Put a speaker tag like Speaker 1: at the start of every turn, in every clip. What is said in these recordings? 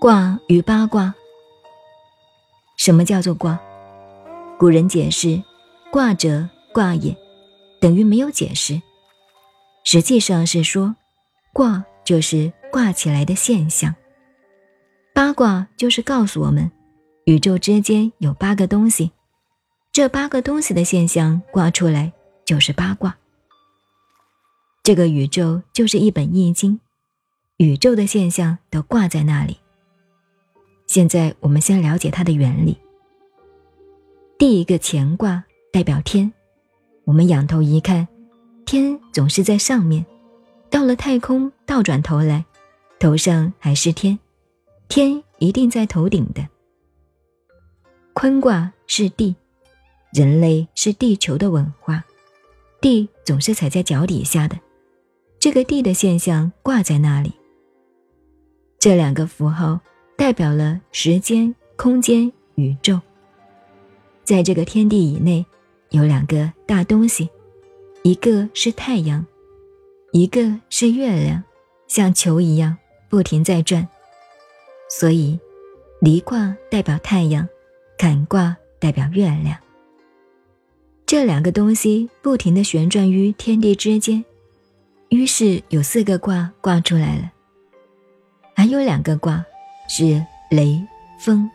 Speaker 1: 卦与八卦。什么叫做卦？古人解释，卦者，卦也，等于没有解释。实际上是说，卦就是挂起来的现象。八卦就是告诉我们，宇宙之间有8个东西，这8个东西的现象挂出来就是八卦。这个宇宙就是一本易经，宇宙的现象都挂在那里。现在我们先了解它的原理。第一个乾卦代表天，我们仰头一看，天总是在上面，到了太空倒转头来，头上还是天，天一定在头顶的。坤卦是地，人类是地球的文化，地总是踩在脚底下的，这个地的现象挂在那里。这2个符号代表了时间、空间、宇宙。在这个天地以内，有2个大东西，一个是太阳，一个是月亮，像球一样不停在转。所以离卦代表太阳，坎卦代表月亮。这2个东西不停地旋转于天地之间，于是有4个卦挂出来了。还有2个卦是雷、风。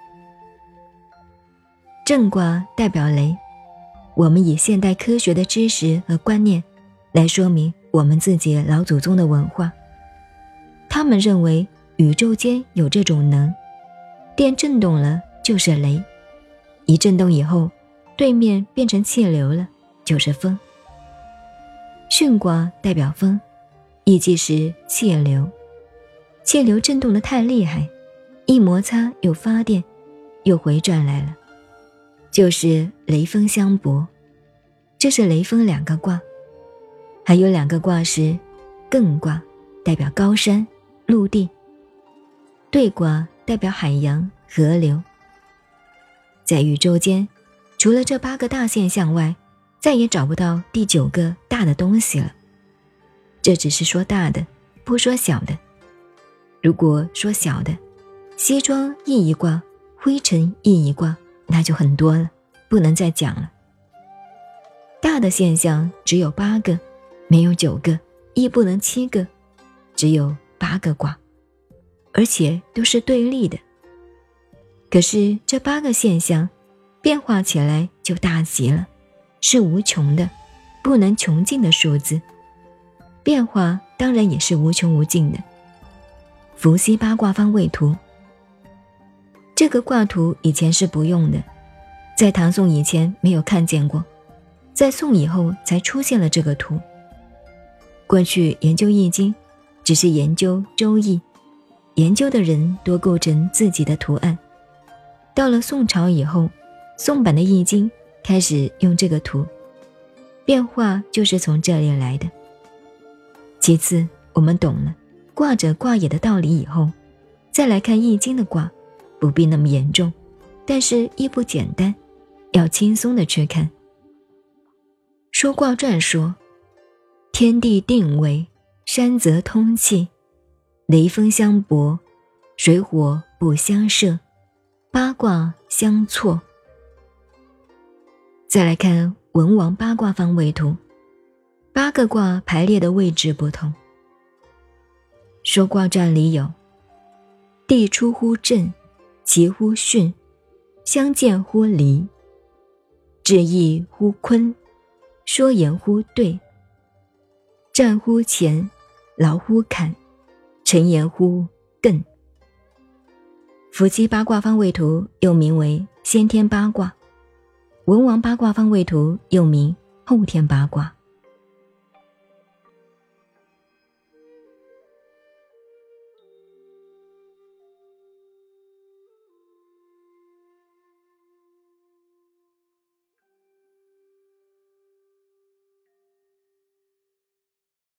Speaker 1: 震卦代表雷，我们以现代科学的知识和观念来说明我们自己老祖宗的文化。他们认为宇宙间有这种能，电震动了就是雷，一震动以后，对面变成气流了，就是风。巽卦代表风，意即是气流。气流震动得太厉害，一摩擦又发电，又回转来了，就是雷风相搏。这是雷风2个卦。还有2个卦是艮卦，代表高山、陆地；兑卦代表海洋、河流。在宇宙间，除了这8个大现象外，再也找不到第9个大的东西了。这只是说大的，不说小的。如果说小的，西装印一卦，灰尘印一卦，那就很多了，不能再讲了。大的现象只有8个，没有9个，亦不能7个，只有8个卦，而且都是对立的。可是这8个现象变化起来就大极了，是无穷的，不能穷尽的数字。变化当然也是无穷无尽的。伏羲8卦方位图，这个卦图以前是不用的，在唐宋以前没有看见过，在宋以后才出现了这个图。过去研究易经只是研究周易，研究的人多构成自己的图案。到了宋朝以后，宋版的易经开始用这个图，变化就是从这里来的。其次，我们懂了卦者卦也的道理以后，再来看易经的卦，不必那么严重，但是亦不简单，要轻松的去看。说卦传说，天地定位，山泽通气，雷风相搏，水火不相涉，八卦相错。再来看文王8卦方位图，8个卦排列的位置不同。说卦传里有地出乎震，其乎巽，相见乎离，至义乎坤，说言乎兑，战乎乾，劳乎坎，成言乎艮。伏羲8卦方位图又名为先天8卦，文王8卦方位图又名后天8卦。